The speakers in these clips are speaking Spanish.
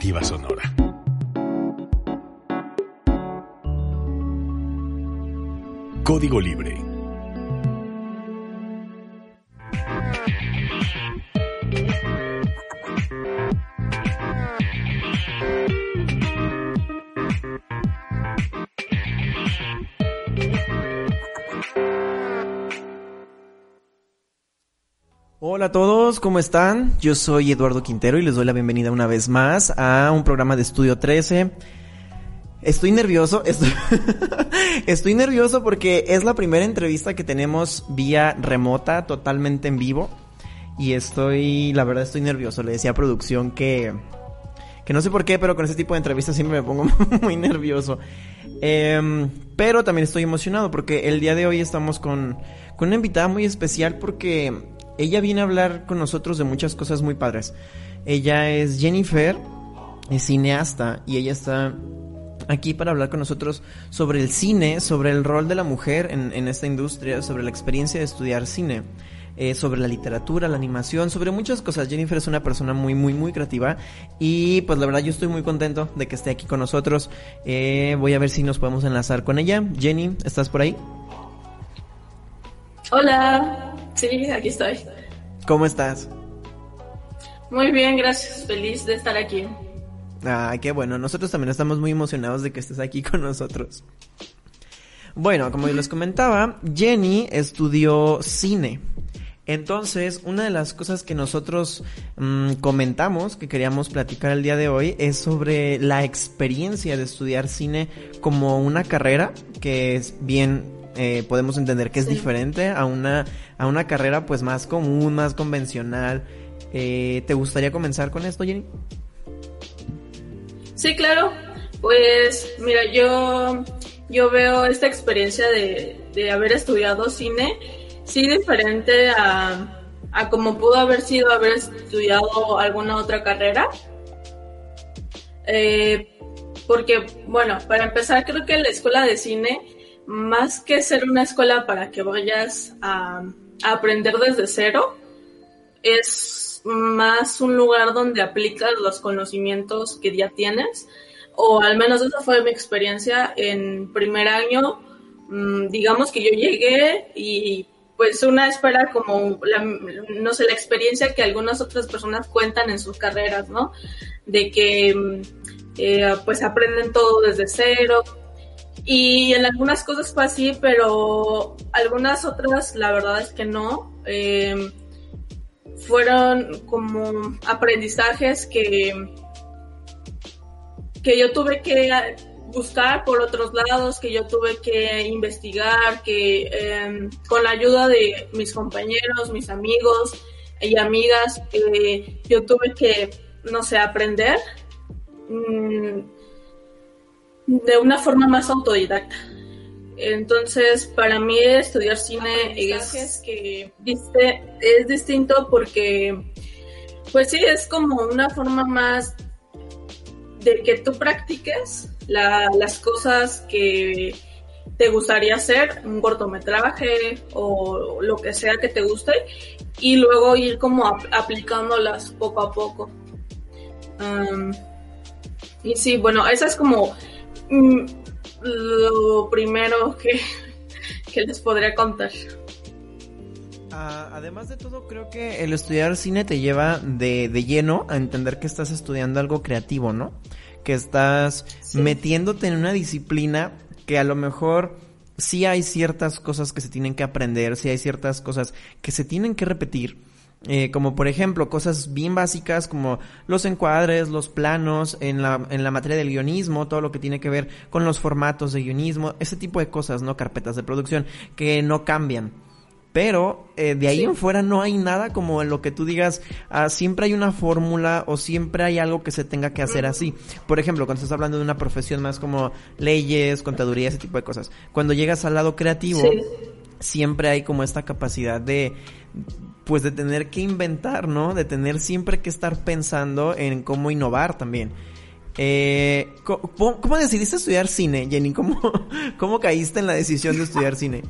Alternativa Sonora. Código Libre. Hola a todos, ¿cómo están? Yo soy Eduardo Quintero y les doy la bienvenida una vez más a un programa de Estudio 13. Estoy nervioso, estoy nervioso porque es la primera entrevista que tenemos vía remota, totalmente en vivo. Y la verdad estoy nervioso. Le decía a producción que no sé por qué, pero con ese tipo de entrevistas siempre me pongo muy nervioso. Pero también estoy emocionado porque el día de hoy estamos con una invitada muy especial porque ella viene a hablar con nosotros de muchas cosas muy padres. Ella es Jennifer, es cineasta y ella está aquí para hablar con nosotros sobre el cine, sobre el rol de la mujer en esta industria, sobre la experiencia de estudiar cine, sobre la literatura, la animación, sobre muchas cosas. Jennifer es una persona muy, muy, muy creativa y pues la verdad yo estoy muy contento de que esté aquí con nosotros. Voy a ver si nos podemos enlazar con ella. Jenny, ¿estás por ahí? Hola, sí, aquí estoy. ¿Cómo estás? Muy bien, gracias, feliz de estar aquí. Ah, qué bueno, nosotros también estamos muy emocionados de que estés aquí con nosotros. Bueno, como les comentaba, Jenny estudió cine. Entonces, una de las cosas que nosotros comentamos, que queríamos platicar el día de hoy, es sobre la experiencia de estudiar cine como una carrera, que es bien... podemos entender que es diferente a una carrera pues más común, más convencional. ¿Te gustaría comenzar con esto, Jenny? Sí, claro. Pues mira, yo veo esta experiencia de haber estudiado cine, sí, diferente a como pudo haber sido haber estudiado alguna otra carrera. Porque, bueno, para empezar, creo que la escuela de cine, más que ser una escuela para que vayas a aprender desde cero, es más un lugar donde aplicas los conocimientos que ya tienes, o al menos esa fue mi experiencia en primer año. Digamos que yo llegué y pues una espera como, no sé, la experiencia que algunas otras personas cuentan en sus carreras, ¿no? De que pues aprenden todo desde cero. Y en algunas cosas fue así, pero algunas otras la verdad es que no. Fueron como aprendizajes que yo tuve que buscar por otros lados, que yo tuve que investigar, que con la ayuda de mis compañeros, mis amigos y amigas, yo tuve que, no sé, aprender de una forma más autodidacta. Entonces, para mí estudiar cine es distinto porque, pues sí, es como una forma más de que tú practiques las cosas que te gustaría hacer, un cortometraje o lo que sea que te guste, y luego ir como aplicándolas poco a poco. Y sí, bueno, esa es como lo primero que les podría contar. Además de todo, creo que el estudiar cine te lleva de lleno a entender que estás estudiando algo creativo, ¿no? Que estás metiéndote en una disciplina que a lo mejor sí hay ciertas cosas que se tienen que aprender, sí hay ciertas cosas que se tienen que repetir. Como por ejemplo cosas bien básicas como los encuadres, los planos en la materia del guionismo, todo lo que tiene que ver con los formatos de guionismo, ese tipo de cosas, ¿no? Carpetas de producción que no cambian. Pero de ahí en fuera no hay nada como en lo que tú digas, siempre hay una fórmula o siempre hay algo que se tenga que hacer así. Por ejemplo, cuando estás hablando de una profesión más como leyes, contaduría, ese tipo de cosas. Cuando llegas al lado creativo, siempre hay como esta capacidad de tener que inventar, ¿no? De tener siempre que estar pensando en cómo innovar también. ¿Cómo decidiste estudiar cine, Jenny? ¿Cómo caíste en la decisión de estudiar cine?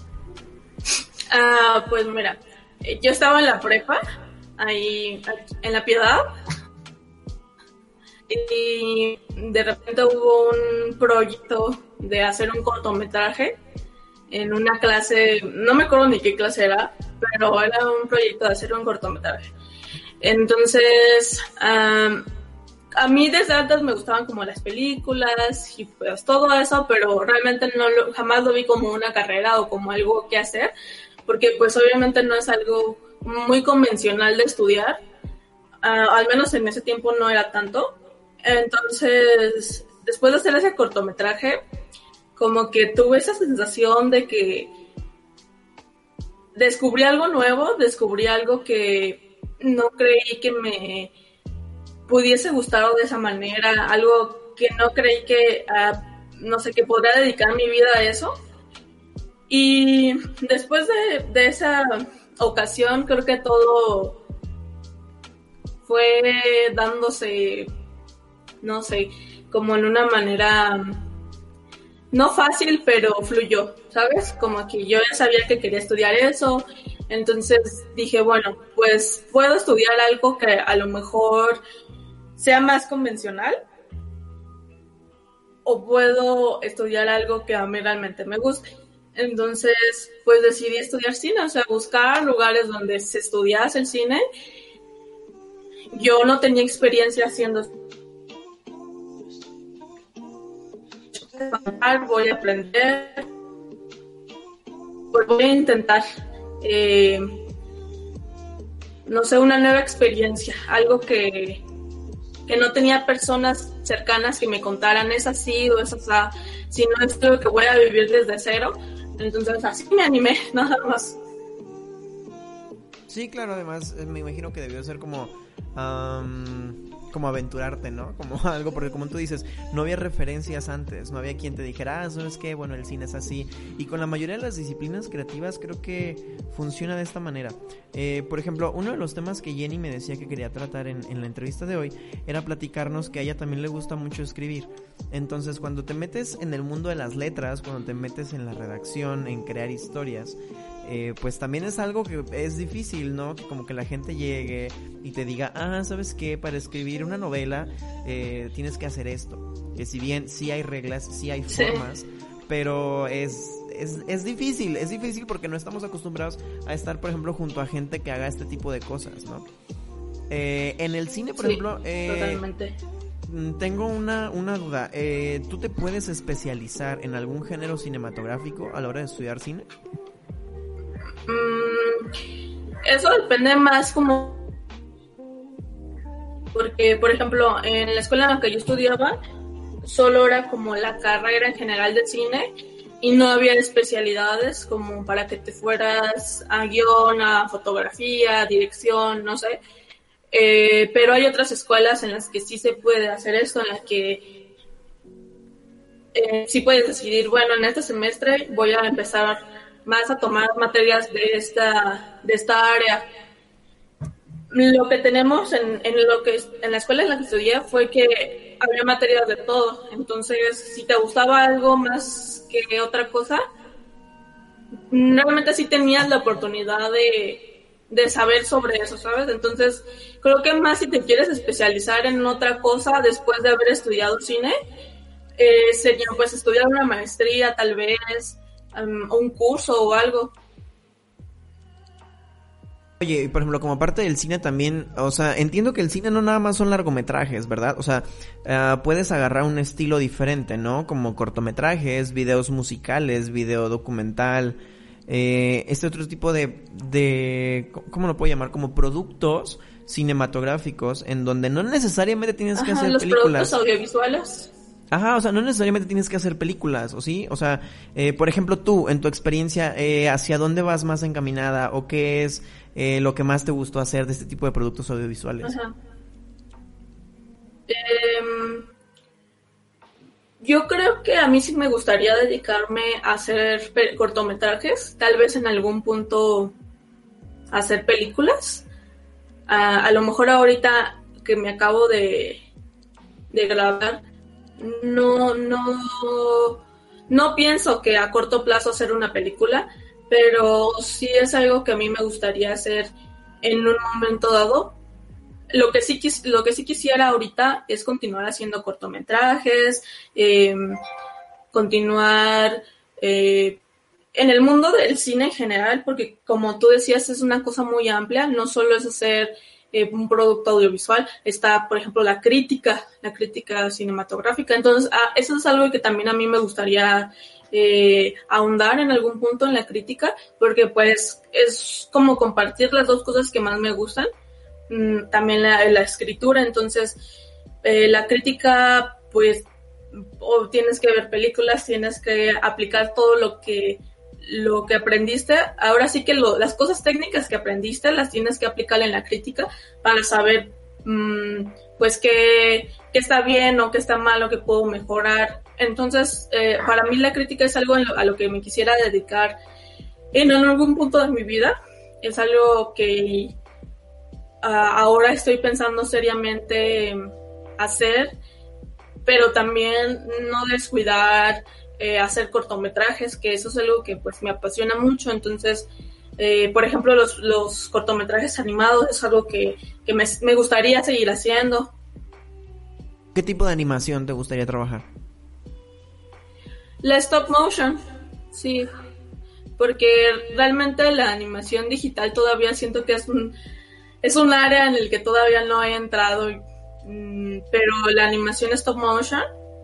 Pues mira, yo estaba en la prepa, ahí en La Piedad, y de repente hubo un proyecto de hacer un cortometraje en una clase, no me acuerdo ni qué clase era, pero era un proyecto de hacer un cortometraje. Entonces, a mí desde antes me gustaban como las películas y pues todo eso, pero realmente jamás lo vi como una carrera o como algo que hacer, porque pues obviamente no es algo muy convencional de estudiar, al menos en ese tiempo no era tanto. Entonces, después de hacer ese cortometraje, como que tuve esa sensación de que descubrí algo nuevo, descubrí algo que no creí que me pudiese gustar de esa manera, algo que no creí que, no sé, que podría dedicar mi vida a eso. Y después de esa ocasión, creo que todo fue dándose, no sé, como en una manera no fácil, pero fluyó, ¿sabes? Como que yo ya sabía que quería estudiar eso, entonces dije, bueno, pues puedo estudiar algo que a lo mejor sea más convencional, o puedo estudiar algo que a mí realmente me guste. Entonces, pues decidí estudiar cine, o sea, buscar lugares donde se estudiase el cine. Yo no tenía experiencia haciendo, voy a aprender, voy a intentar, no sé, una nueva experiencia, algo que no tenía personas cercanas que me contaran es así o es así, sino es lo que voy a vivir desde cero. Entonces así me animé, nada más. Sí, claro, además me imagino que debió ser como aventurarte, ¿no? Como algo, porque como tú dices, no había referencias antes, no había quien te dijera, ¿sabes qué? Bueno, el cine es así. Y con la mayoría de las disciplinas creativas creo que funciona de esta manera. Por ejemplo, uno de los temas que Jenny me decía que quería tratar en la entrevista de hoy era platicarnos que a ella también le gusta mucho escribir. Entonces, cuando te metes en el mundo de las letras, cuando te metes en la redacción, en crear historias, pues también es algo que es difícil, ¿no? Que como que la gente llegue y te diga, ¿sabes qué? Para escribir una novela tienes que hacer esto. Que si bien sí hay reglas, sí hay formas, sí, pero es difícil porque no estamos acostumbrados a estar, por ejemplo, junto a gente que haga este tipo de cosas, ¿no? En el cine, por ejemplo, totalmente. Tengo una duda. ¿Tú te puedes especializar en algún género cinematográfico a la hora de estudiar cine? Eso depende más como, porque por ejemplo en la escuela en la que yo estudiaba solo era como la carrera en general de cine y no había especialidades como para que te fueras a guión, a fotografía, dirección, no sé, pero hay otras escuelas en las que sí se puede hacer esto, en las que sí puedes decidir, bueno, en este semestre voy a empezar más a tomar materias de esta área. Lo que tenemos en la escuela en la que estudié fue que había materias de todo. Entonces, si te gustaba algo más que otra cosa, realmente sí tenías la oportunidad de saber sobre eso, ¿sabes? Entonces, creo que más si te quieres especializar en otra cosa después de haber estudiado cine, sería pues estudiar una maestría tal vez, un curso o algo. Oye, por ejemplo, como parte del cine también, o sea, entiendo que el cine no nada más son largometrajes, ¿verdad? O sea, puedes agarrar un estilo diferente, ¿no? Como cortometrajes, videos musicales, video documental, este otro tipo de ¿cómo lo puedo llamar? Como productos cinematográficos en donde no necesariamente tienes que hacer los películas. Productos audiovisuales. Ajá, o sea, no necesariamente tienes que hacer películas, ¿o sí? O sea, por ejemplo, tú, en tu experiencia, ¿hacia dónde vas más encaminada? ¿O qué es lo que más te gustó hacer de este tipo de productos audiovisuales? Ajá. Yo creo que a mí sí me gustaría dedicarme a hacer cortometrajes, tal vez en algún punto hacer películas. A lo mejor ahorita que me acabo de grabar, no pienso que a corto plazo hacer una película, pero sí es algo que a mí me gustaría hacer en un momento dado. lo que sí quisiera ahorita es continuar haciendo cortometrajes, continuar en el mundo del cine en general, porque como tú decías, es una cosa muy amplia, no solo es hacer un producto audiovisual, está, por ejemplo, la crítica cinematográfica, entonces eso es algo que también a mí me gustaría ahondar en algún punto en la crítica, porque pues es como compartir las dos cosas que más me gustan, también la escritura, entonces la crítica, pues o tienes que ver películas, tienes que aplicar todo lo que aprendiste. Ahora sí que las cosas técnicas que aprendiste las tienes que aplicar en la crítica para saber pues qué está bien o qué está mal o qué puedo mejorar. Entonces para mí la crítica es algo a lo que me quisiera dedicar en algún punto de mi vida. Es algo que ahora estoy pensando seriamente hacer, pero también no descuidar hacer cortometrajes, que eso es algo que pues me apasiona mucho. Entonces, por ejemplo, los cortometrajes animados es algo que me gustaría seguir haciendo. ¿Qué tipo de animación te gustaría trabajar? La stop motion, sí, porque realmente la animación digital todavía siento que es un área en el que todavía no he entrado, pero la animación stop motion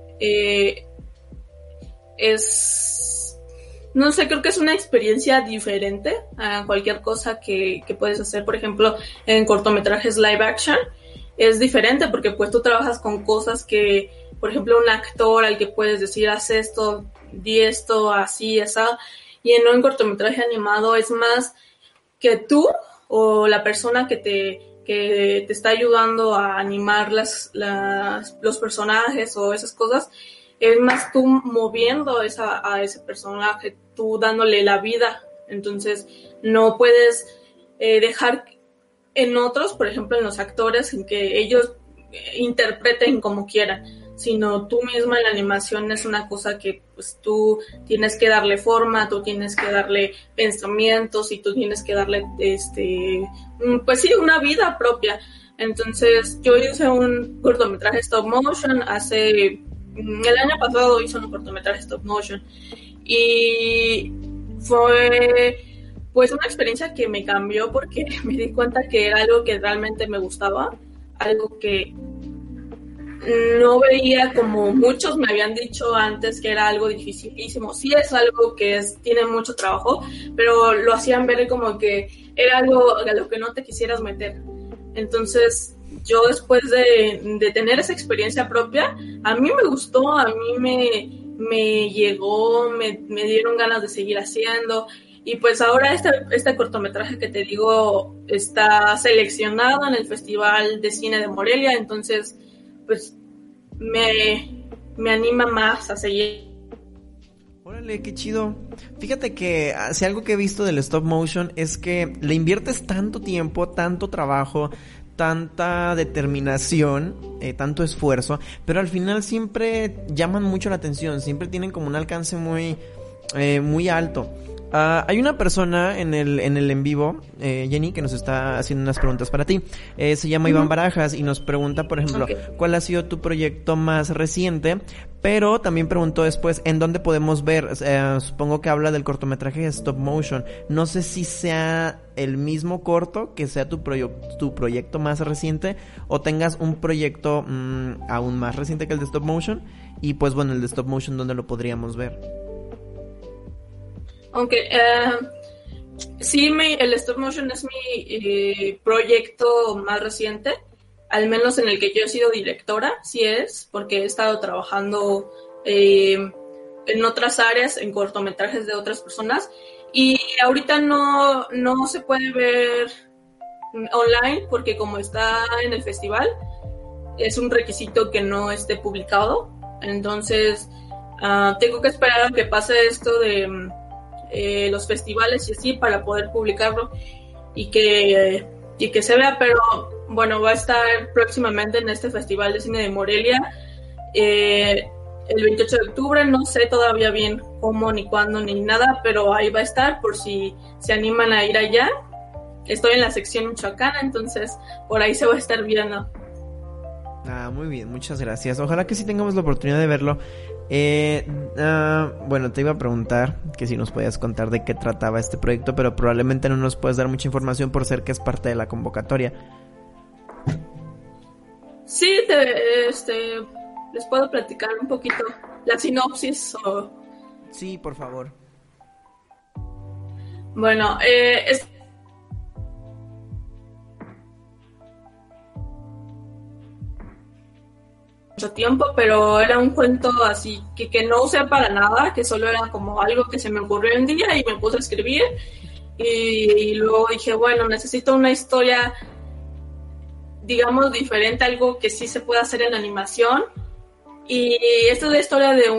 no sé, creo que es una experiencia diferente a cualquier cosa que puedes hacer. Por ejemplo, en cortometrajes live action es diferente porque pues tú trabajas con cosas que, por ejemplo, un actor al que puedes decir haz esto, di esto, así, esa, y en un cortometraje animado es más que tú o la persona que te está ayudando a animar los personajes o esas cosas. Es más tú moviendo a ese personaje, tú dándole la vida. Entonces no puedes dejar en otros, por ejemplo en los actores, en que ellos interpreten como quieran, sino tú misma en la animación es una cosa que pues tú tienes que darle forma, tú tienes que darle pensamientos y tú tienes que darle pues sí, una vida propia. Entonces yo hice un cortometraje stop motion el año pasado hice un cortometraje stop motion y fue pues una experiencia que me cambió porque me di cuenta que era algo que realmente me gustaba, algo que no veía como muchos me habían dicho antes que era algo dificilísimo. Sí es algo que tiene mucho trabajo, pero lo hacían ver como que era algo a lo que no te quisieras meter. Entonces yo después de tener esa experiencia propia, a mí me gustó, a mí me llegó, me dieron ganas de seguir haciendo. Y pues ahora este cortometraje que te digo está seleccionado en el Festival de Cine de Morelia, entonces pues me anima más a seguir. Órale, qué chido. Fíjate que si algo que he visto del stop motion es que le inviertes tanto tiempo, tanto trabajo, tanta determinación, tanto esfuerzo, pero al final siempre llaman mucho la atención, siempre tienen como un alcance muy alto. Hay una persona en el en vivo, Jenny, que nos está haciendo unas preguntas para ti. Se llama Iván Barajas y nos pregunta, por ejemplo, ¿cuál ha sido tu proyecto más reciente? Pero también preguntó después, ¿en dónde podemos ver? Supongo que habla del cortometraje de stop motion. No sé si sea el mismo corto, que sea tu proyecto más reciente, o tengas un proyecto aún más reciente que el de stop motion. Y pues bueno, el de stop motion, ¿dónde lo podríamos ver? Aunque sí, el stop motion es mi proyecto más reciente, al menos en el que yo he sido directora, sí es, porque he estado trabajando en otras áreas, en cortometrajes de otras personas, y ahorita no se puede ver online, porque como está en el festival, es un requisito que no esté publicado, entonces tengo que esperar a que pase esto de los festivales y así para poder publicarlo y que se vea, pero bueno, va a estar próximamente en este Festival de Cine de Morelia el 28 de octubre, no sé todavía bien cómo, ni cuándo, ni nada, pero ahí va a estar por si se animan a ir allá. estoy en la sección michoacana, entonces por ahí se va a estar viendo. Muy bien, muchas gracias. Ojalá que sí tengamos la oportunidad de verlo. Bueno, te iba a preguntar que si nos podías contar de qué trataba este proyecto, pero probablemente no nos puedes dar mucha información por ser que es parte de la convocatoria. Sí, les puedo platicar un poquito la sinopsis o... Sí, por favor. Bueno, mucho tiempo, pero era un cuento así que no usé para nada, que solo era como algo que se me ocurrió un día y me puse a escribir y luego dije, bueno, necesito una historia, digamos, diferente, algo que sí se puede hacer en animación, y esta es la historia de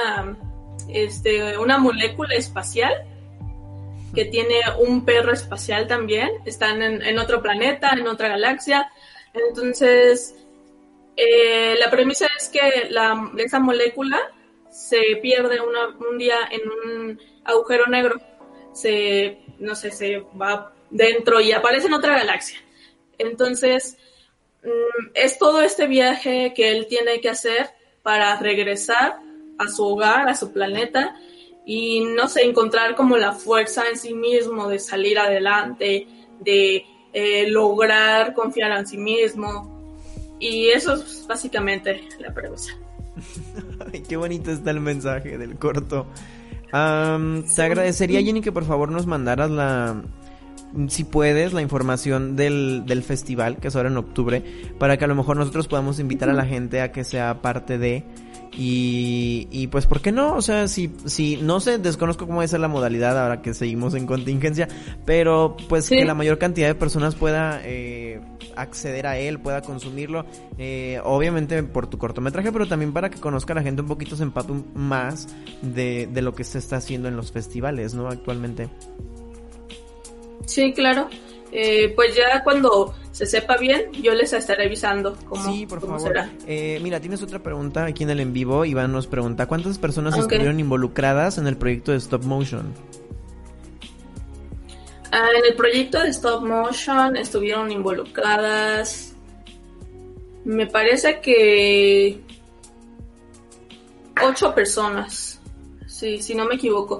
una molécula espacial que tiene un perro espacial también, están en otro planeta, en otra galaxia, entonces... la premisa es que esa molécula se pierde un día en un agujero negro. Se va dentro y aparece en otra galaxia. Entonces, es todo este viaje que él tiene que hacer para regresar a su hogar, a su planeta, y encontrar como la fuerza en sí mismo de salir adelante, de lograr confiar en sí mismo. Y eso es básicamente la premisa. Ay, qué bonito está el mensaje del corto. Te agradecería, Jenny, que por favor nos mandaras si puedes, la información del festival, que es ahora en octubre, para que a lo mejor nosotros podamos invitar a la gente a que sea parte de... Y pues, ¿por qué no? O sea, si no sé, desconozco cómo es la modalidad ahora que seguimos en contingencia, pero pues sí, que la mayor cantidad de personas pueda acceder a él, pueda consumirlo, obviamente por tu cortometraje, pero también para que conozca a la gente un poquito, se empape más de lo que se está haciendo en los festivales, ¿no? Actualmente. Sí, claro. Pues ya cuando se sepa bien, yo les estaré avisando cómo será. Mira, tienes otra pregunta aquí en el en vivo. Iván nos pregunta, ¿cuántas personas estuvieron involucradas en el proyecto de stop motion? En el proyecto de stop motion estuvieron involucradas, me parece que 8 personas, sí, si no me equivoco.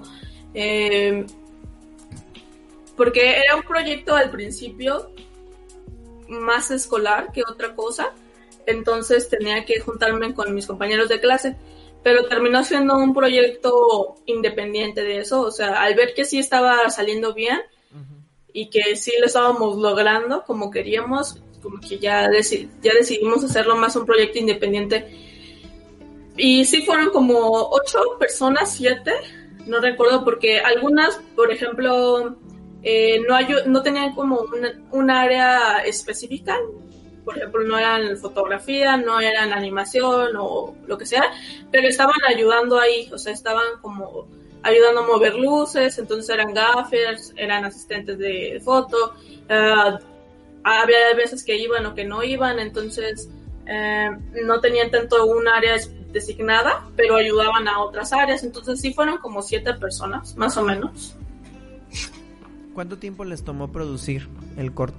Porque era un proyecto al principio más escolar que otra cosa, entonces tenía que juntarme con mis compañeros de clase, pero terminó siendo un proyecto independiente de eso, o sea, al ver que sí estaba saliendo bien y que sí lo estábamos logrando como queríamos, como que ya decidimos hacerlo más un proyecto independiente, y sí fueron como 8 personas, 7, no recuerdo, porque algunas, por ejemplo... no tenían como un área específica, por ejemplo, no eran fotografía, no eran animación o lo que sea, pero estaban ayudando ahí, o sea, estaban como ayudando a mover luces, entonces eran gaffers, eran asistentes de foto, había veces que iban o que no iban, entonces no tenían tanto un área designada, pero ayudaban a otras áreas, entonces sí fueron como 7 personas, más o menos. ¿Cuánto tiempo les tomó producir el corto?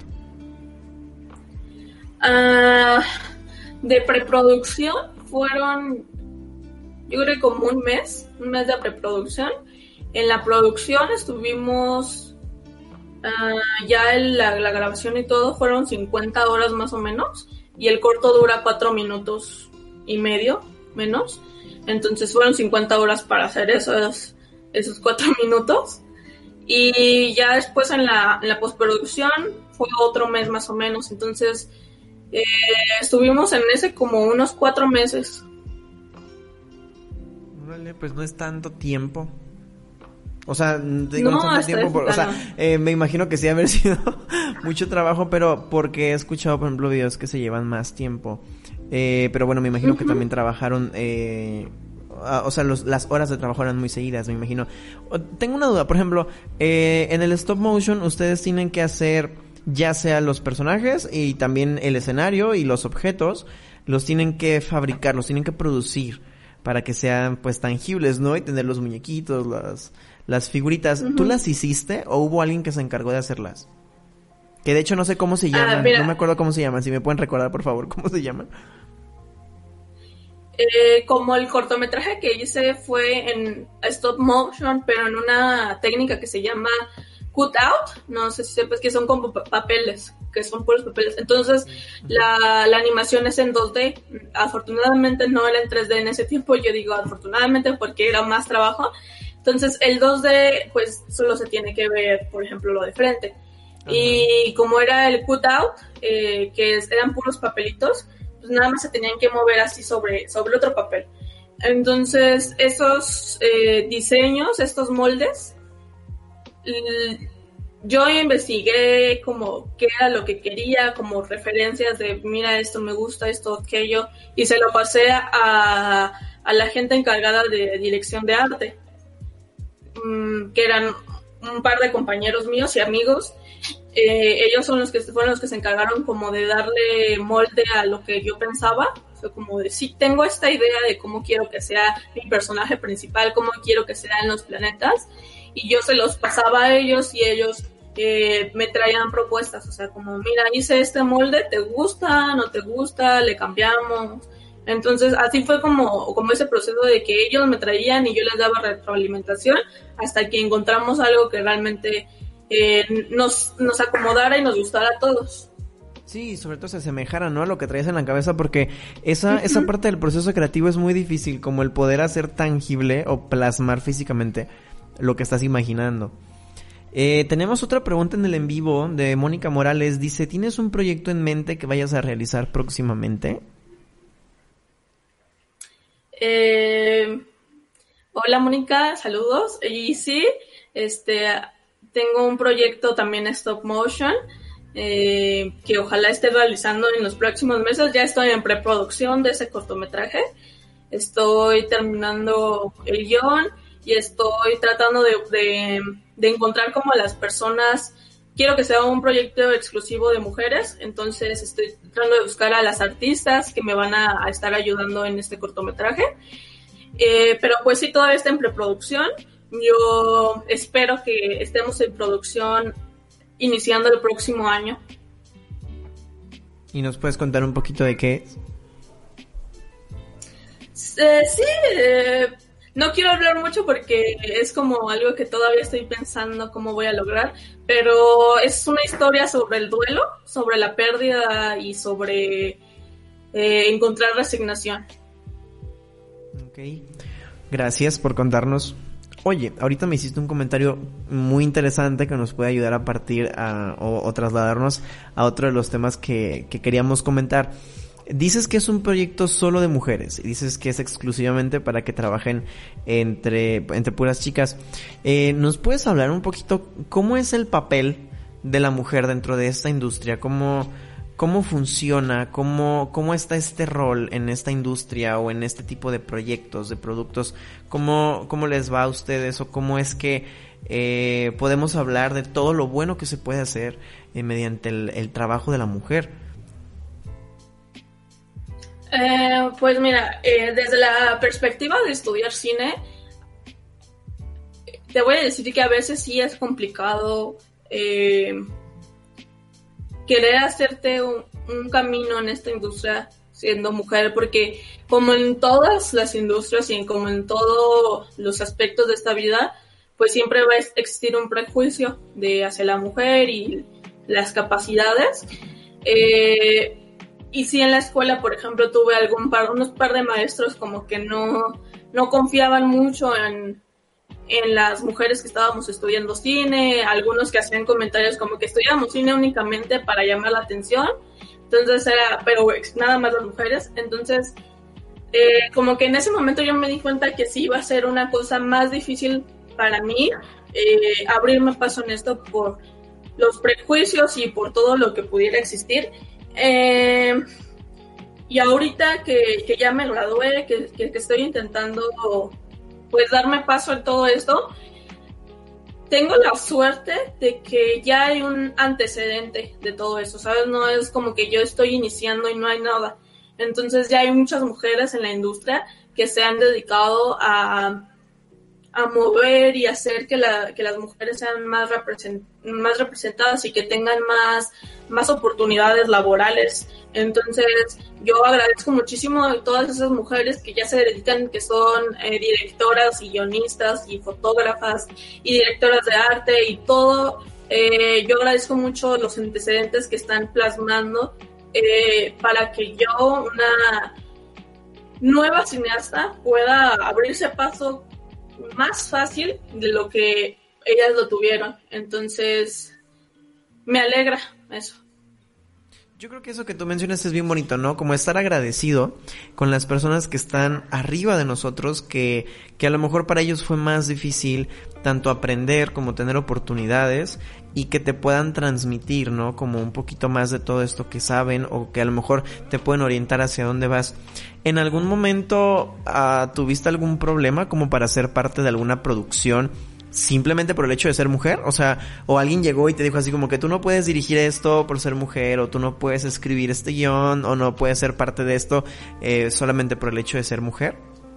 De preproducción fueron, yo creo que como un mes de preproducción. En la producción estuvimos, la grabación y todo fueron 50 horas más o menos, y el corto dura 4 minutos y medio, menos. Entonces fueron 50 horas para hacer esos 4 minutos. Y ya después en la postproducción fue otro mes más o menos, entonces estuvimos en ese como unos 4 meses. Vale, pues no es tanto tiempo. O sea, digo, no es tanto tiempo, me imagino que sí haber sido mucho trabajo, pero porque he escuchado, por ejemplo, videos que se llevan más tiempo. Pero bueno, me imagino que también trabajaron... o sea, las horas de trabajo eran muy seguidas, me imagino. Tengo una duda, por ejemplo, en el stop motion ustedes tienen que hacer ya sea los personajes y también el escenario y los objetos, los tienen que fabricar, los tienen que producir para que sean pues tangibles, ¿no? Y tener los muñequitos, las figuritas. ¿Tú las hiciste o hubo alguien que se encargó de hacerlas? Que de hecho no sé cómo se llaman, mira, no me acuerdo cómo se llaman, si me pueden recordar por favor cómo se llaman. Como el cortometraje que hice fue en stop motion, pero en una técnica que se llama cut out, no sé si sepas que son como papeles, que son puros papeles. Entonces la animación es en 2D, afortunadamente no era en 3D en ese tiempo, yo digo afortunadamente porque era más trabajo. Entonces el 2D pues solo se tiene que ver, por ejemplo, lo de frente. Uh-huh. Y como era el cut out, eran puros papelitos, pues nada más se tenían que mover así sobre otro papel. Entonces esos diseños, estos moldes, yo investigué como qué era lo que quería, como referencias de mira esto me gusta, esto, aquello, y se lo pasé a la gente encargada de dirección de arte, que eran un par de compañeros míos y amigos. Ellos fueron los que se encargaron como de darle molde a lo que yo pensaba. O sea, como de sí, tengo esta idea de cómo quiero que sea mi personaje principal, cómo quiero que sean los planetas, y yo se los pasaba a ellos y ellos me traían propuestas, o sea, como mira, hice este molde, ¿te gusta? ¿No te gusta? ¿Le cambiamos? Entonces así fue como ese proceso de que ellos me traían y yo les daba retroalimentación hasta que encontramos algo que realmente nos acomodara y nos gustara a todos. Sí, sobre todo se asemejara, ¿no?, a lo que traes en la cabeza, porque esa parte del proceso creativo es muy difícil, como el poder hacer tangible o plasmar físicamente lo que estás imaginando. Tenemos otra pregunta en el en vivo de Mónica Morales. Dice, ¿tienes un proyecto en mente que vayas a realizar próximamente? Hola Mónica, saludos. Y sí, tengo un proyecto también stop motion que ojalá esté realizando en los próximos meses. Ya estoy en preproducción de ese cortometraje. Estoy terminando el guión y estoy tratando de encontrar como a las personas. Quiero que sea un proyecto exclusivo de mujeres, entonces estoy tratando de buscar a las artistas que me van a estar ayudando en este cortometraje. Pero pues sí, todavía está en preproducción. Yo espero que estemos en producción iniciando el próximo año. ¿Y nos puedes contar un poquito de qué es? No quiero hablar mucho porque es como algo que todavía estoy pensando cómo voy a lograr, pero es una historia sobre el duelo, sobre la pérdida y sobre encontrar resignación. Ok, gracias por contarnos. Oye, ahorita me hiciste un comentario muy interesante que nos puede ayudar a partir o trasladarnos a otro de los temas que queríamos comentar. Dices que es un proyecto solo de mujeres y dices que es exclusivamente para que trabajen entre puras chicas. ¿Nos puedes hablar un poquito cómo es el papel de la mujer dentro de esta industria? ¿Cómo funciona? ¿Cómo está este rol en esta industria o en este tipo de proyectos, de productos? ¿Cómo les va a ustedes o cómo es que podemos hablar de todo lo bueno que se puede hacer mediante el trabajo de la mujer? Pues mira, desde la perspectiva de estudiar cine, te voy a decir que a veces sí es complicado querer hacerte un camino en esta industria siendo mujer, porque como en todas las industrias y como en todos los aspectos de esta vida, pues siempre va a existir un prejuicio hacia la mujer y las capacidades. Y sí, en la escuela, por ejemplo, tuve unos par de maestros como que no confiaban mucho en las mujeres que estábamos estudiando cine, algunos que hacían comentarios como que estudiábamos cine únicamente para llamar la atención, entonces pero nada más las mujeres. Entonces como que en ese momento yo me di cuenta que sí iba a ser una cosa más difícil para mí abrirme paso en esto por los prejuicios y por todo lo que pudiera existir. Y ahorita que ya me gradué, que estoy intentando pues darme paso en todo esto, tengo la suerte de que ya hay un antecedente de todo eso, ¿sabes? No es como que yo estoy iniciando y no hay nada. Entonces ya hay muchas mujeres en la industria que se han dedicado a a mover y hacer que las mujeres sean más representadas y que tengan más oportunidades laborales. Entonces, yo agradezco muchísimo a todas esas mujeres que ya se dedican, que son directoras y guionistas y fotógrafas y directoras de arte y todo. Yo agradezco mucho los antecedentes que están plasmando para que yo, una nueva cineasta, pueda abrirse paso más fácil de lo que ellas lo tuvieron. Entonces, me alegra eso. Yo creo que eso que tú mencionas es bien bonito, ¿no? Como estar agradecido con las personas que están arriba de nosotros, que a lo mejor para ellos fue más difícil tanto aprender como tener oportunidades y que te puedan transmitir, ¿no? Como un poquito más de todo esto que saben o que a lo mejor te pueden orientar hacia dónde vas. ¿En algún momento tuviste algún problema como para ser parte de alguna producción simplemente por el hecho de ser mujer? O sea, o alguien llegó y te dijo así como que tú no puedes dirigir esto por ser mujer, o tú no puedes escribir este guión, o no puedes ser parte de esto solamente por el hecho de ser mujer.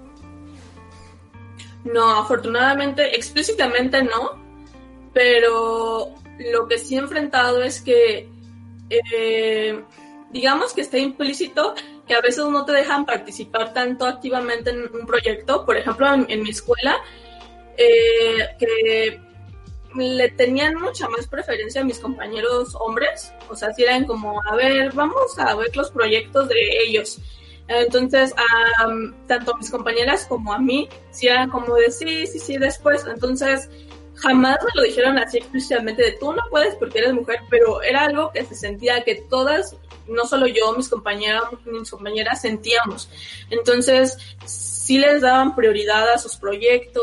No, afortunadamente, explícitamente no, pero lo que sí he enfrentado es que digamos que está implícito que a veces no te dejan participar tanto activamente en un proyecto. Por ejemplo, en mi escuela, que le tenían mucha más preferencia a mis compañeros hombres, o sea, si eran como, a ver, vamos a ver los proyectos de ellos. Entonces, tanto a mis compañeras como a mí, si eran como de sí, después. Entonces, jamás me lo dijeron así explícitamente de tú no puedes porque eres mujer, pero era algo que se sentía que todas, no solo yo, mis compañeras sentíamos. Entonces, sí les daban prioridad a sus proyectos,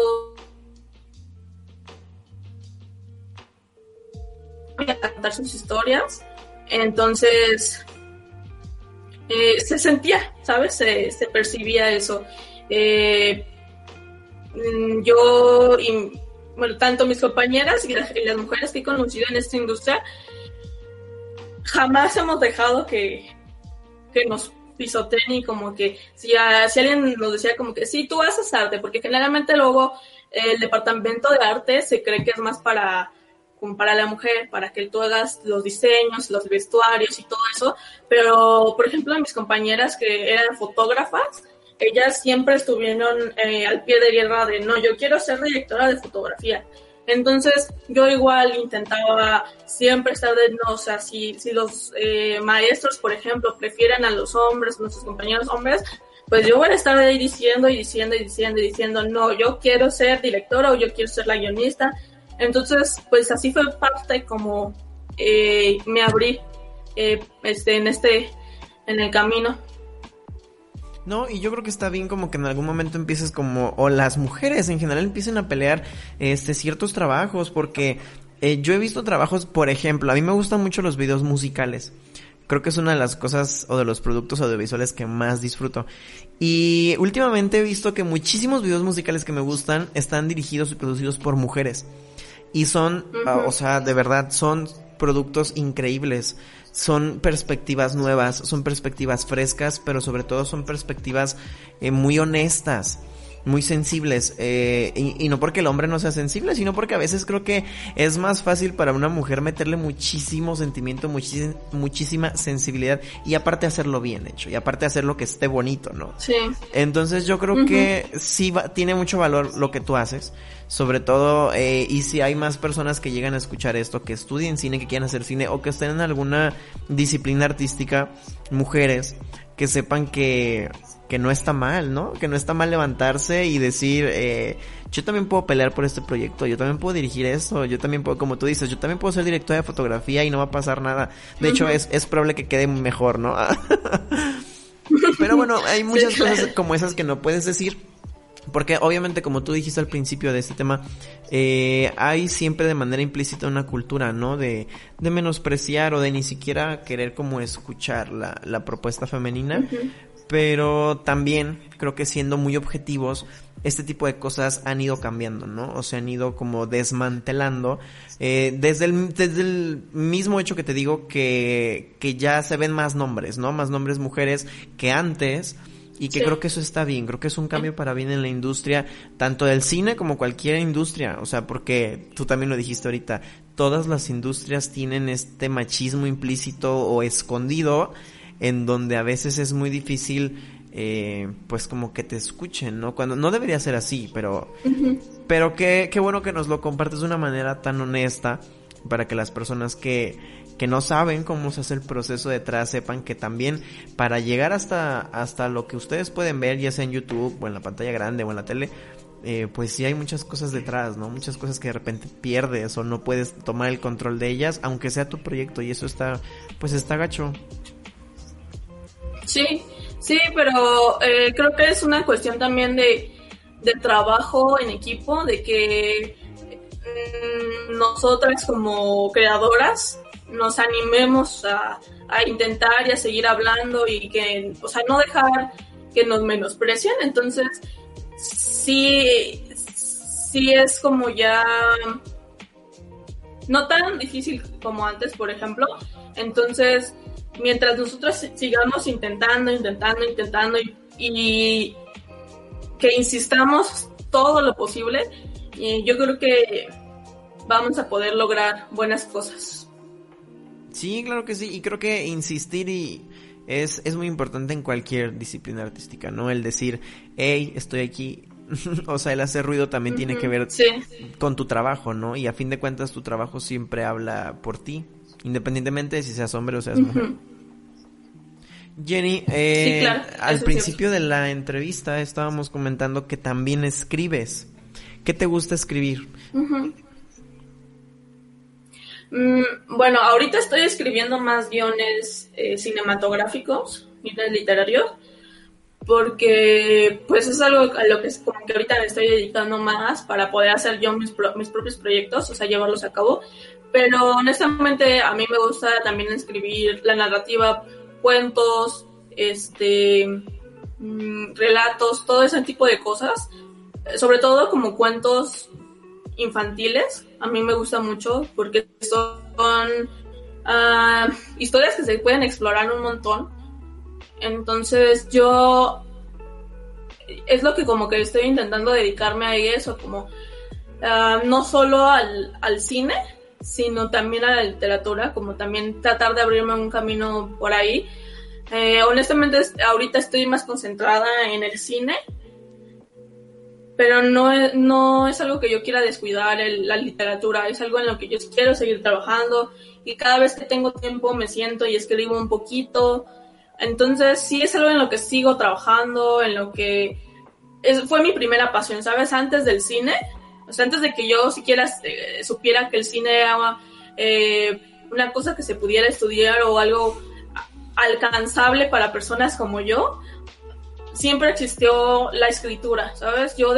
a contar sus historias. Entonces se sentía, ¿sabes? Se percibía eso. Yo y bueno, tanto mis compañeras y las mujeres que he conocido en esta industria jamás hemos dejado que nos pisoteen y como que si alguien nos decía como que sí, tú haces arte, porque generalmente luego el departamento de arte se cree que es más para la mujer, para que tú hagas los diseños, los vestuarios y todo eso, pero por ejemplo mis compañeras que eran fotógrafas, ellas siempre estuvieron al pie de guerra de no, yo quiero ser directora de fotografía. Entonces yo igual intentaba siempre estar no, o sea, si los maestros, por ejemplo, prefieren a los hombres, a nuestros compañeros hombres, pues yo voy a estar ahí diciendo, no, yo quiero ser directora o yo quiero ser la guionista. Entonces, pues así fue parte como me abrí en el camino. No, y yo creo que está bien como que en algún momento empieces como, o las mujeres en general empiecen a pelear ciertos trabajos, porque yo he visto trabajos, por ejemplo, a mí me gustan mucho los videos musicales. Creo que es una de las cosas o de los productos audiovisuales que más disfruto. Y últimamente he visto que muchísimos videos musicales que me gustan están dirigidos y producidos por mujeres. Y son, o sea, de verdad, son productos increíbles. Son perspectivas nuevas, son perspectivas frescas, pero sobre todo son perspectivas muy honestas, muy sensibles. Y no porque el hombre no sea sensible, sino porque a veces creo que es más fácil para una mujer meterle muchísimo sentimiento, muchísima sensibilidad, y aparte hacerlo bien hecho, y aparte hacerlo que esté bonito, ¿no? Sí. Entonces yo creo que sí tiene mucho valor lo que tú haces. Sobre todo, y si hay más personas que llegan a escuchar esto, que estudien cine, que quieran hacer cine, o que estén en alguna disciplina artística, mujeres, que sepan que no está mal, ¿no? Que no está mal levantarse y decir, yo también puedo pelear por este proyecto, yo también puedo dirigir esto, yo también puedo, como tú dices, yo también puedo ser directora de fotografía y no va a pasar nada. De hecho, es probable que quede mejor, ¿no? Pero bueno, hay muchas cosas como esas que no puedes decir. Porque obviamente, como tú dijiste al principio de este tema, hay siempre de manera implícita una cultura, ¿no? De menospreciar o de ni siquiera querer como escuchar la propuesta femenina. Pero también creo que siendo muy objetivos, este tipo de cosas han ido cambiando, ¿no? O se han ido como desmantelando. Desde el mismo hecho que te digo que ya se ven más nombres, ¿no? Más nombres mujeres que antes. Y que Sí. creo que eso está bien, creo que es un cambio para bien en la industria, tanto del cine como cualquier industria, o sea, porque tú también lo dijiste ahorita, todas las industrias tienen este machismo implícito o escondido, en donde a veces es muy difícil, pues como que te escuchen, ¿no? Cuando no debería ser así, pero qué bueno que nos lo compartes de una manera tan honesta, para que las personas que no saben cómo se hace el proceso detrás sepan que también para llegar hasta lo que ustedes pueden ver, ya sea en YouTube o en la pantalla grande o en la tele, pues sí hay muchas cosas detrás, ¿no? Muchas cosas que de repente pierdes o no puedes tomar el control de ellas, aunque sea tu proyecto, y eso está, pues está gacho. Sí, sí, pero creo que es una cuestión también de trabajo en equipo, de que nosotras como creadoras nos animemos a intentar y a seguir hablando y que, o sea, no dejar que nos menosprecien. Entonces, sí es como ya no tan difícil como antes, por ejemplo. Entonces, mientras nosotros sigamos intentando y que insistamos todo lo posible, yo creo que vamos a poder lograr buenas cosas. Sí, claro que sí, y creo que insistir es muy importante en cualquier disciplina artística, ¿no? El decir, hey, estoy aquí. O sea, el hacer ruido también tiene que ver sí. con tu trabajo, ¿no? Y a fin de cuentas tu trabajo siempre habla por ti, independientemente de si seas hombre o seas mujer. Jenny, sí, claro, al principio de la entrevista estábamos comentando que también escribes. ¿Qué te gusta escribir? Bueno, ahorita estoy escribiendo más guiones cinematográficos, guiones literarios, porque pues es algo a lo que como que ahorita me estoy dedicando más para poder hacer yo mis propios proyectos, o sea, llevarlos a cabo. Pero honestamente a mí me gusta también escribir la narrativa, cuentos, relatos, todo ese tipo de cosas, sobre todo como cuentos infantiles. A mí me gusta mucho porque son historias que se pueden explorar un montón. Entonces yo es lo que como que estoy intentando dedicarme a eso, como no solo al cine, sino también a la literatura, como también tratar de abrirme un camino por ahí. Honestamente ahorita estoy más concentrada en el cine, pero no es algo que yo quiera descuidar la literatura, es algo en lo que yo quiero seguir trabajando, y cada vez que tengo tiempo me siento y escribo un poquito. Entonces sí es algo en lo que sigo trabajando, en lo que fue mi primera pasión, ¿sabes? Antes del cine, o sea, antes de que yo siquiera supiera que el cine era una cosa que se pudiera estudiar o algo alcanzable para personas como yo, siempre existió la escritura, ¿sabes? Yo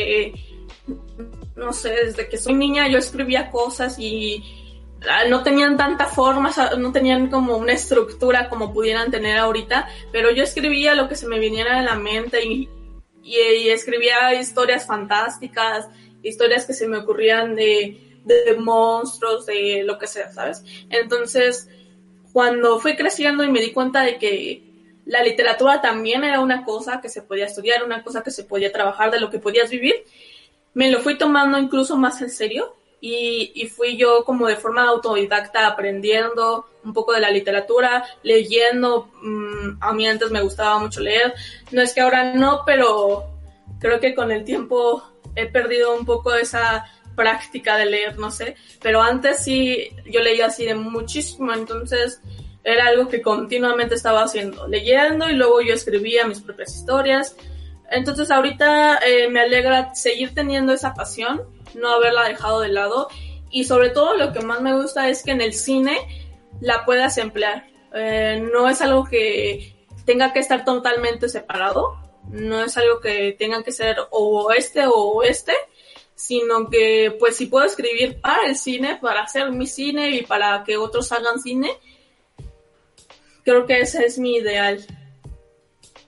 no sé, desde que soy niña yo escribía cosas y no tenían tanta forma, no tenían como una estructura como pudieran tener ahorita, pero yo escribía lo que se me viniera a la mente y escribía historias fantásticas, historias que se me ocurrían de monstruos, de lo que sea, ¿sabes? Entonces, cuando fui creciendo y me di cuenta de que la literatura también era una cosa que se podía estudiar, una cosa que se podía trabajar, de lo que podías vivir, me lo fui tomando incluso más en serio. Y fui yo como de forma autodidacta aprendiendo un poco de la literatura, leyendo. A mí antes me gustaba mucho leer, no es que ahora no, pero creo que con el tiempo he perdido un poco esa práctica de leer, no sé, pero antes sí yo leía así de muchísimo, entonces era algo que continuamente estaba haciendo, leyendo, y luego yo escribía mis propias historias. Entonces ahorita me alegra seguir teniendo esa pasión, no haberla dejado de lado, y sobre todo lo que más me gusta es que en el cine la puedas emplear. No es algo que tenga que estar totalmente separado, no es algo que tenga que ser o oeste, sino que pues si puedo escribir para el cine, para hacer mi cine y para que otros hagan cine, creo que ese es mi ideal.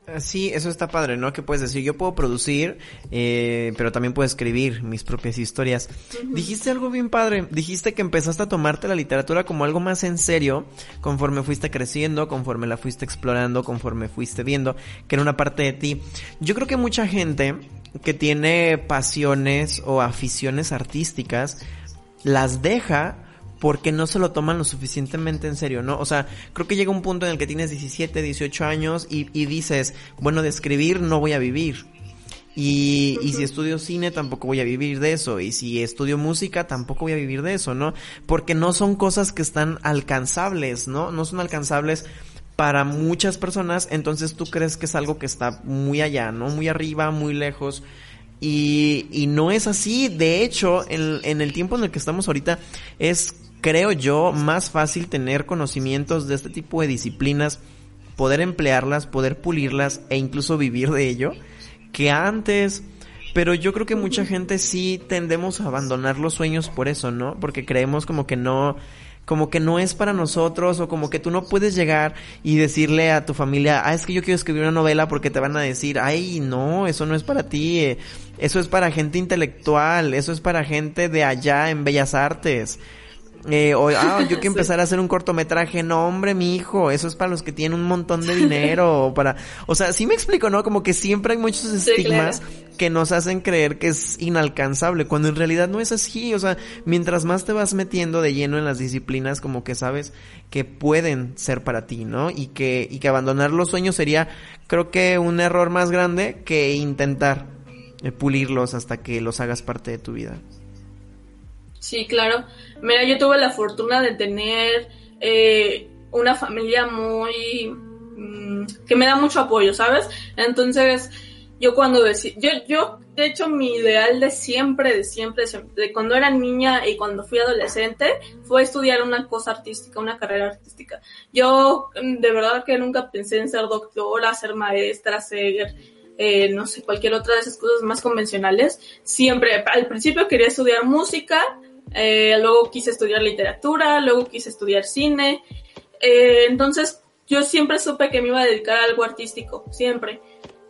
Sí, eso está padre, ¿no? Que puedes decir, yo puedo producir, pero también puedo escribir mis propias historias. Uh-huh. Dijiste algo bien padre, dijiste que empezaste a tomarte la literatura como algo más en serio, conforme fuiste creciendo, conforme la fuiste explorando, conforme fuiste viendo que era una parte de ti. Yo creo que mucha gente que tiene pasiones o aficiones artísticas, las deja porque no se lo toman lo suficientemente en serio, ¿no? O sea, creo que llega un punto en el que tienes 17, 18 años y dices, bueno, de escribir no voy a vivir. Y si estudio cine tampoco voy a vivir de eso. Y si estudio música tampoco voy a vivir de eso, ¿no? Porque no son cosas que están alcanzables, ¿no? No son alcanzables para muchas personas. Entonces tú crees que es algo que está muy allá, ¿no? Muy arriba, muy lejos. Y no es así. De hecho, en el tiempo en el que estamos ahorita es, creo yo, más fácil tener conocimientos de este tipo de disciplinas, poder emplearlas, poder pulirlas e incluso vivir de ello que antes. Pero yo creo que mucha gente sí tendemos a abandonar los sueños por eso, ¿no? Porque creemos como que no es para nosotros, o como que tú no puedes llegar y decirle a tu familia, es que yo quiero escribir una novela, porque te van a decir, ay, no, eso no es para ti, eso es para gente intelectual, eso es para gente de allá en Bellas Artes. Yo quiero empezar a hacer un cortometraje. No, hombre, mi hijo, eso es para los que tienen un montón de dinero. O sea, sí me explico, ¿no? Como que siempre hay muchos estigmas, claro, que nos hacen creer que es inalcanzable, cuando en realidad no es así. O sea, mientras más te vas metiendo de lleno en las disciplinas, como que sabes que pueden ser para ti, ¿no? Y que abandonar los sueños sería, creo que, un error más grande que intentar pulirlos hasta que los hagas parte de tu vida. Sí, claro. Mira, yo tuve la fortuna de tener una familia muy que me da mucho apoyo, ¿sabes? Entonces, yo cuando yo de hecho mi ideal de siempre, de cuando era niña y cuando fui adolescente, fue estudiar una cosa artística, una carrera artística. Yo de verdad que nunca pensé en ser doctora, ser maestra, ser no sé, cualquier otra de esas cosas más convencionales. Siempre, al principio quería estudiar música, luego quise estudiar literatura, luego quise estudiar cine, entonces yo siempre supe que me iba a dedicar a algo artístico, siempre.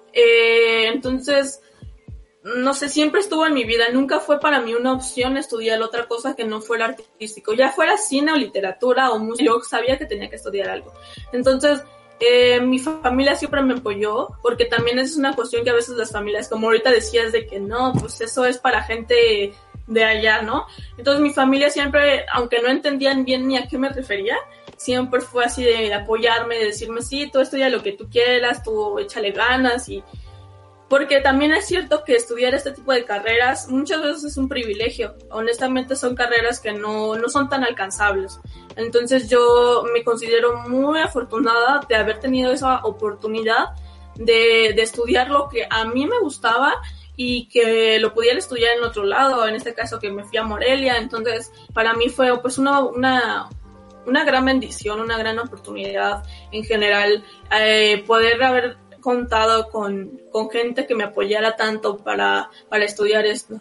Entonces, no sé, siempre estuvo en mi vida, nunca fue para mí una opción estudiar otra cosa que no fuera artístico, ya fuera cine o literatura o música, yo sabía que tenía que estudiar algo. Entonces, mi familia siempre me apoyó, porque también es una cuestión que a veces las familias, como ahorita decías, de que no, pues eso es para gente de allá, ¿no? Entonces mi familia siempre, aunque no entendían bien ni a qué me refería, siempre fue así de apoyarme, de decirme, sí, tú estudia lo que tú quieras, tú échale ganas. Y porque también es cierto que estudiar este tipo de carreras muchas veces es un privilegio. Honestamente son carreras que no son tan alcanzables. Entonces yo me considero muy afortunada de haber tenido esa oportunidad de estudiar lo que a mí me gustaba y que lo pudiera estudiar en otro lado, en este caso que me fui a Morelia. Entonces para mí fue pues una gran bendición, una gran oportunidad en general, poder haber contado con gente que me apoyara tanto para estudiar esto.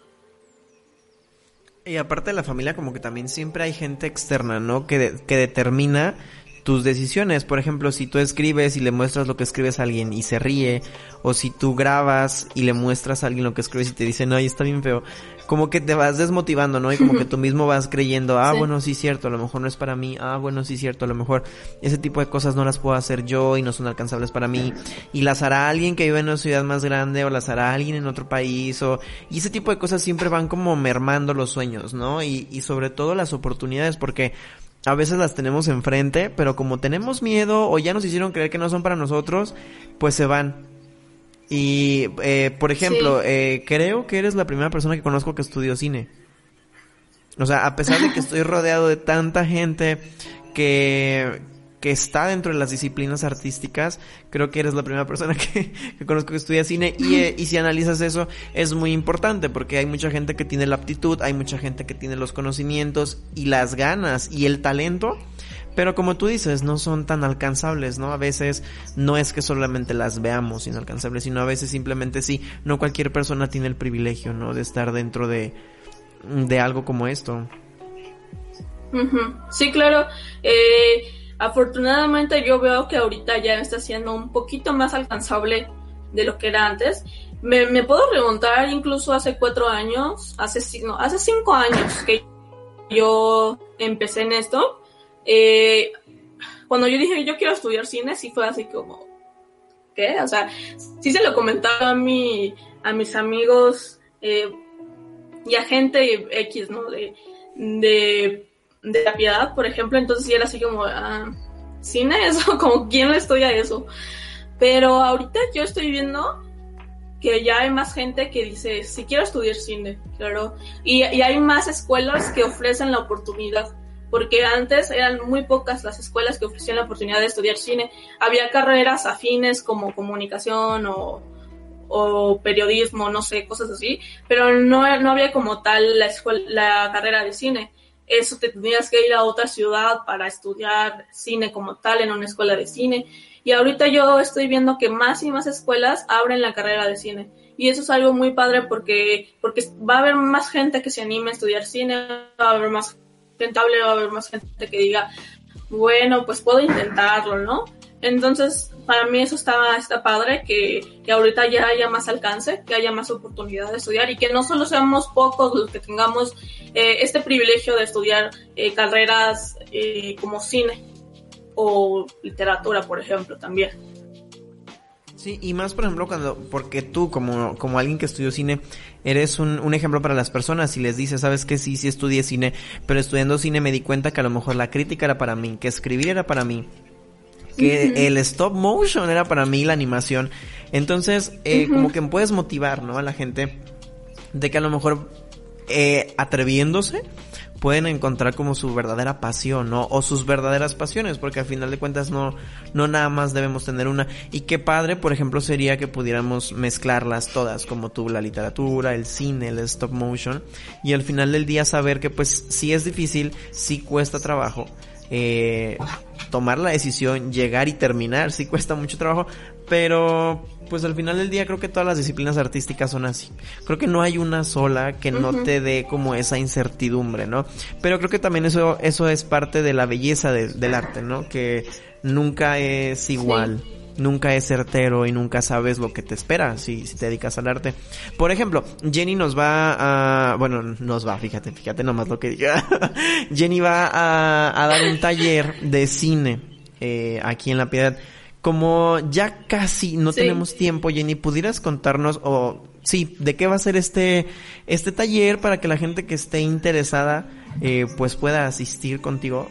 Y aparte de la familia, como que también siempre hay gente externa, ¿no? Que determina tus decisiones. Por ejemplo, si tú escribes y le muestras lo que escribes a alguien y se ríe, o si tú grabas y le muestras a alguien lo que escribes y te dicen, ay, está bien feo, como que te vas desmotivando, ¿no? Y como que tú mismo vas creyendo, sí, bueno, sí, cierto, a lo mejor no es para mí, bueno, sí, cierto, a lo mejor ese tipo de cosas no las puedo hacer yo y no son alcanzables para mí, y las hará alguien que vive en una ciudad más grande, o las hará alguien en otro país, y ese tipo de cosas siempre van como mermando los sueños, ¿no? Y sobre todo las oportunidades, porque a veces las tenemos enfrente, pero como tenemos miedo o ya nos hicieron creer que no son para nosotros, pues se van. Y, por ejemplo, sí, creo que eres la primera persona que conozco que estudió cine. O sea, a pesar de que estoy rodeado de tanta gente que está dentro de las disciplinas artísticas, creo que eres la primera persona que conozco que estudia cine. Y si analizas eso, es muy importante, porque hay mucha gente que tiene la aptitud, hay mucha gente que tiene los conocimientos y las ganas y el talento, pero como tú dices, no son tan alcanzables, ¿no? A veces no es que solamente las veamos inalcanzables, sino a veces simplemente sí, no cualquier persona tiene el privilegio, ¿no? De estar dentro de algo como esto. Uh-huh. Sí, claro. Afortunadamente yo veo que ahorita ya está siendo un poquito más alcanzable de lo que era antes. Me puedo remontar incluso hace 4 años, hace 5 años que yo empecé en esto. Cuando yo dije yo quiero estudiar cine, sí fue así como, ¿qué? O sea, sí se lo comentaba a mis amigos y a gente X, ¿no? De La Piedad, por ejemplo. Entonces sí era así como, ¿cine? Eso, como, ¿quién le estudia eso? Pero ahorita yo estoy viendo que ya hay más gente que dice, sí quiero estudiar cine, claro. Y hay más escuelas que ofrecen la oportunidad. Porque antes eran muy pocas las escuelas que ofrecían la oportunidad de estudiar cine. Había carreras afines como comunicación o periodismo, no sé, cosas así, pero no había como tal la carrera de cine. Eso, te tenías que ir a otra ciudad para estudiar cine como tal en una escuela de cine. Y ahorita yo estoy viendo que más y más escuelas abren la carrera de cine. Y eso es algo muy padre porque va a haber más gente que se anime a estudiar cine, va a haber más rentable, va a haber más gente que diga, bueno, pues puedo intentarlo, ¿no? Entonces, para mí eso está padre, que ahorita ya haya más alcance, que haya más oportunidad de estudiar y que no solo seamos pocos los que tengamos este privilegio de estudiar carreras como cine o literatura, por ejemplo, también. Sí, y más por ejemplo porque tú como alguien que estudió cine eres un ejemplo para las personas y les dices, sabes que sí estudié cine, pero estudiando cine me di cuenta que a lo mejor la crítica era para mí, que escribir era para mí, que el stop motion era para mí, la animación. Entonces como que puedes motivar, ¿no? A la gente de que a lo mejor atreviéndose pueden encontrar como su verdadera pasión, ¿no? O sus verdaderas pasiones, porque al final de cuentas no nada más debemos tener una. Y qué padre, por ejemplo, sería que pudiéramos mezclarlas todas, como tú, la literatura, el cine, el stop motion, y al final del día saber que pues sí es difícil, sí cuesta trabajo, tomar la decisión, llegar y terminar, sí cuesta mucho trabajo, pero pues al final del día creo que todas las disciplinas artísticas son así. Creo que no hay una sola que no te dé como esa incertidumbre, ¿no? Pero creo que también eso es parte de la belleza del arte, ¿no? Que nunca es igual. Sí. Nunca es certero y nunca sabes lo que te espera si te dedicas al arte. Por ejemplo, Jenny fíjate nomás lo que diga. Jenny va a dar un taller de cine aquí en La Piedad. Como ya casi no tenemos tiempo, Jenny, ¿pudieras contarnos de qué va a ser este taller para que la gente que esté interesada pues pueda asistir contigo?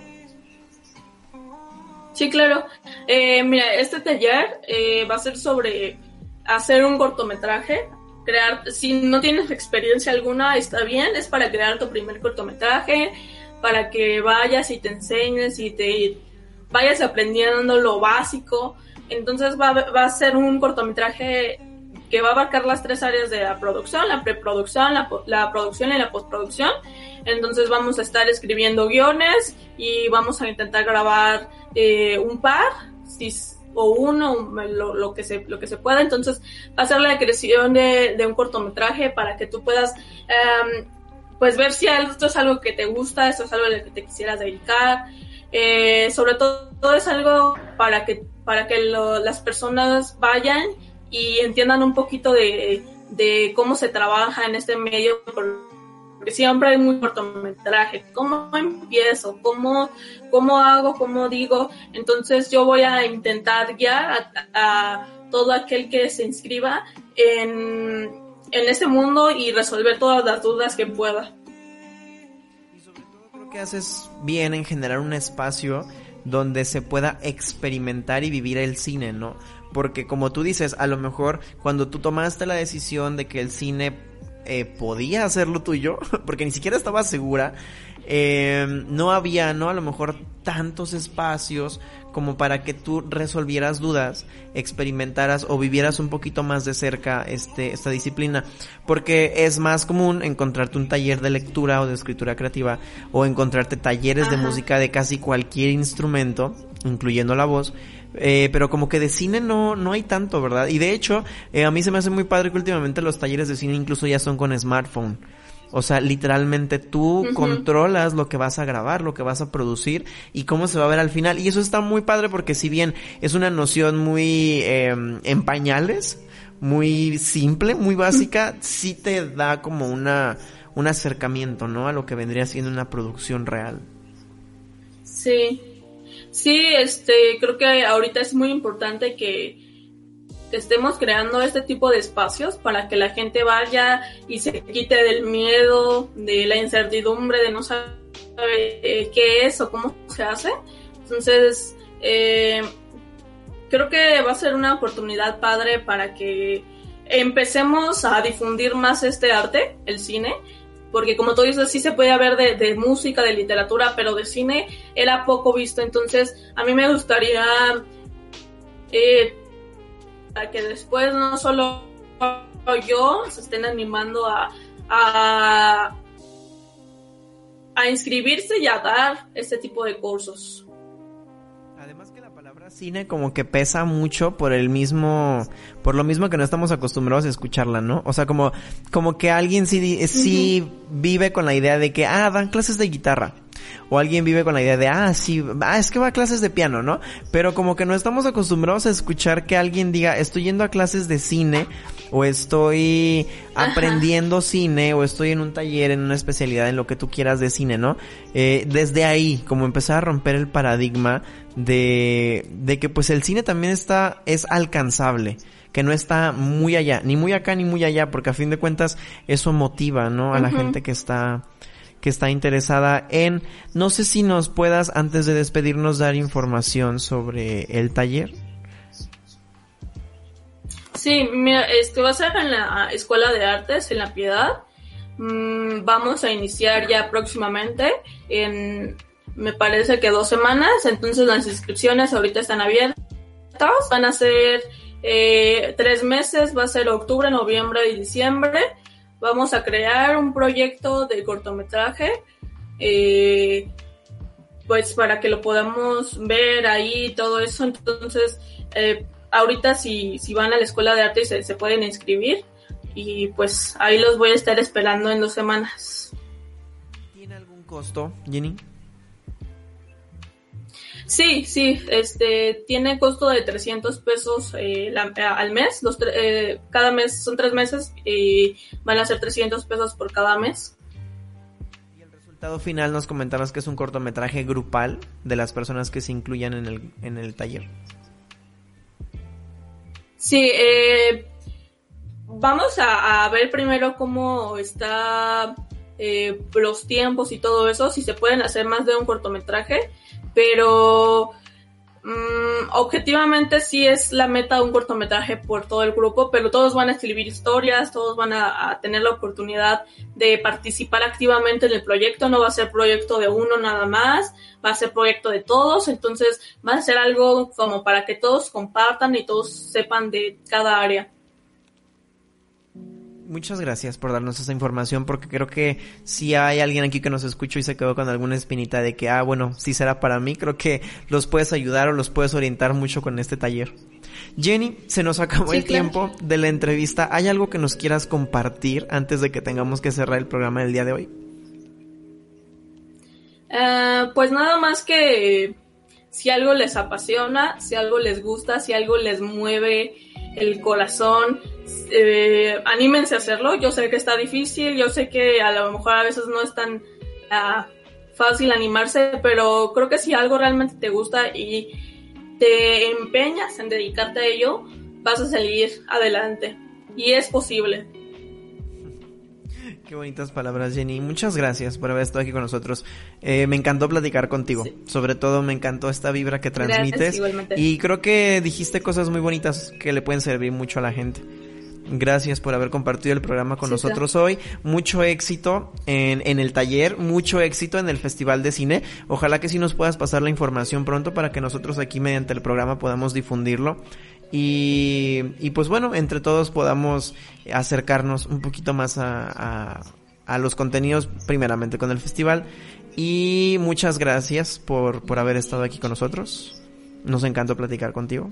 Sí, claro. Mira, este taller va a ser sobre hacer un cortometraje, si no tienes experiencia alguna, está bien, es para crear tu primer cortometraje, para que vayas y te enseñes y te vayas aprendiendo lo básico. Entonces va a ser un cortometraje que va a abarcar las 3 áreas de la producción, la preproducción, la producción y la postproducción. Entonces vamos a estar escribiendo guiones y vamos a intentar grabar un par, o uno, lo que se pueda. Entonces va a ser la creación de un cortometraje para que tú puedas pues ver si esto es algo que te gusta, esto es algo a lo que te quisieras dedicar. Sobre todo es algo para que las personas vayan y entiendan un poquito de cómo se trabaja en este medio, porque siempre hay muy cortometraje. ¿Cómo empiezo? ¿Cómo hago? ¿Cómo digo? Entonces yo voy a intentar guiar a todo aquel que se inscriba en este mundo y resolver todas las dudas que pueda. Y sobre todo creo que haces bien en generar un espacio donde se pueda experimentar y vivir el cine, ¿no? Porque como tú dices, a lo mejor cuando tú tomaste la decisión de que el cine podía hacer lo tuyo, porque ni siquiera estaba segura, no había, ¿no? A lo mejor tantos espacios como para que tú resolvieras dudas, experimentaras o vivieras un poquito más de cerca esta disciplina, porque es más común encontrarte un taller de lectura o de escritura creativa, o encontrarte talleres de música de casi cualquier instrumento, incluyendo la voz, pero como que de cine no hay tanto, ¿verdad? Y de hecho, a mí se me hace muy padre que últimamente los talleres de cine incluso ya son con smartphone. O sea, literalmente tú controlas lo que vas a grabar, lo que vas a producir y cómo se va a ver al final. Y eso está muy padre porque si bien es una noción muy en pañales, muy simple, muy básica, sí te da como un acercamiento, ¿no? A lo que vendría siendo una producción real. Sí, sí, creo que ahorita es muy importante que estemos creando este tipo de espacios para que la gente vaya y se quite del miedo, de la incertidumbre, de no saber qué es o cómo se hace. Entonces, creo que va a ser una oportunidad padre para que empecemos a difundir más este arte, el cine, porque como tú dices, sí se puede ver de música, de literatura, pero de cine era poco visto. Entonces, a mí me gustaría para que después no solo yo se estén animando a inscribirse y a dar este tipo de cursos. Además que la palabra cine como que pesa mucho por lo mismo que no estamos acostumbrados a escucharla, ¿no? O sea, como que alguien sí vive con la idea de que, dan clases de guitarra. O alguien vive con la idea de, es que va a clases de piano, ¿no? Pero como que no estamos acostumbrados a escuchar que alguien diga, estoy yendo a clases de cine, o estoy aprendiendo cine, o estoy en un taller, en una especialidad, en lo que tú quieras de cine, ¿no? Desde ahí, como empezar a romper el paradigma de que pues el cine también es alcanzable, que no está muy allá, ni muy acá ni muy allá, porque a fin de cuentas eso motiva, ¿no? A la gente que está interesada en... No sé si nos puedas, antes de despedirnos, dar información sobre el taller. Sí, mira, va a ser en la Escuela de Artes, en La Piedad. Vamos a iniciar ya próximamente, me parece que 2 semanas, entonces las inscripciones ahorita están abiertas. Van a ser 3 meses, va a ser octubre, noviembre y diciembre. Vamos a crear un proyecto de cortometraje, pues para que lo podamos ver ahí, todo eso. Entonces, ahorita si van a la Escuela de Arte se pueden inscribir y pues ahí los voy a estar esperando en 2 semanas. ¿Tiene algún costo, Jenny? Sí, tiene costo de 300 pesos al mes. Cada mes son 3 meses y van a ser 300 pesos por cada mes. Y el resultado final nos comentabas que es un cortometraje grupal de las personas que se incluyan en el taller. Sí, vamos a ver primero cómo está los tiempos y todo eso, si se pueden hacer más de un cortometraje. Pero objetivamente sí es la meta de un cortometraje por todo el grupo, pero todos van a escribir historias, todos van a tener la oportunidad de participar activamente en el proyecto. No va a ser proyecto de uno nada más, va a ser proyecto de todos, entonces va a ser algo como para que todos compartan y todos sepan de cada área. Muchas gracias por darnos esa información, porque creo que si hay alguien aquí que nos escuchó y se quedó con alguna espinita de que, bueno, sí será para mí, creo que los puedes ayudar o los puedes orientar mucho con este taller. Jenny, se nos acabó el tiempo de la entrevista. ¿Hay algo que nos quieras compartir antes de que tengamos que cerrar el programa del día de hoy? Pues nada más que si algo les apasiona, si algo les gusta, si algo les mueve el corazón, anímense a hacerlo. Yo sé que está difícil, yo sé que a lo mejor a veces no es tan fácil animarse, pero creo que si algo realmente te gusta y te empeñas en dedicarte a ello, vas a salir adelante y es posible. Qué bonitas palabras, Jenny. Muchas gracias por haber estado aquí con nosotros. Me encantó platicar contigo. Sí. Sobre todo me encantó esta vibra que transmites. Gracias, igualmente. Y creo que dijiste cosas muy bonitas que le pueden servir mucho a la gente. Gracias por haber compartido el programa con nosotros hoy. Mucho éxito en el taller, mucho éxito en el Festival de Cine. Ojalá que sí nos puedas pasar la información pronto para que nosotros aquí mediante el programa podamos difundirlo. Y pues bueno, entre todos podamos acercarnos un poquito más a los contenidos, primeramente con el festival. Y muchas gracias por haber estado aquí con nosotros. Nos encantó platicar contigo.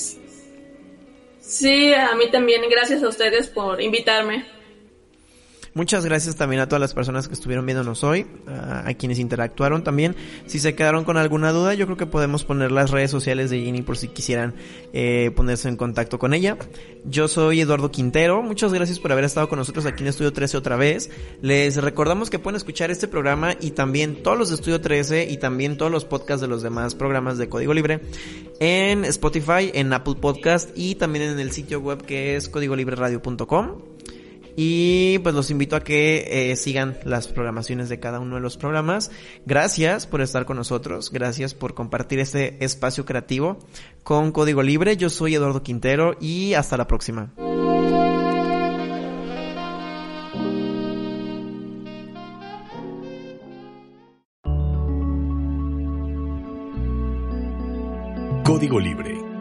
Sí, a mí también. Gracias a ustedes por invitarme. Muchas gracias también a todas las personas que estuvieron viéndonos hoy, a quienes interactuaron también. Si se quedaron con alguna duda, yo creo que podemos poner las redes sociales de Ginny por si quisieran ponerse en contacto con ella. Yo soy Eduardo Quintero, muchas gracias por haber estado con nosotros aquí en Estudio 13 otra vez. Les recordamos que pueden escuchar este programa y también todos los de Estudio 13 y también todos los podcasts de los demás programas de Código Libre en Spotify, en Apple Podcast y también en el sitio web que es códigolibreradio.com. Y pues los invito a que sigan las programaciones de cada uno de los programas. Gracias por estar con nosotros, gracias por compartir este espacio creativo con Código Libre. Yo soy Eduardo Quintero y hasta la próxima. Código Libre.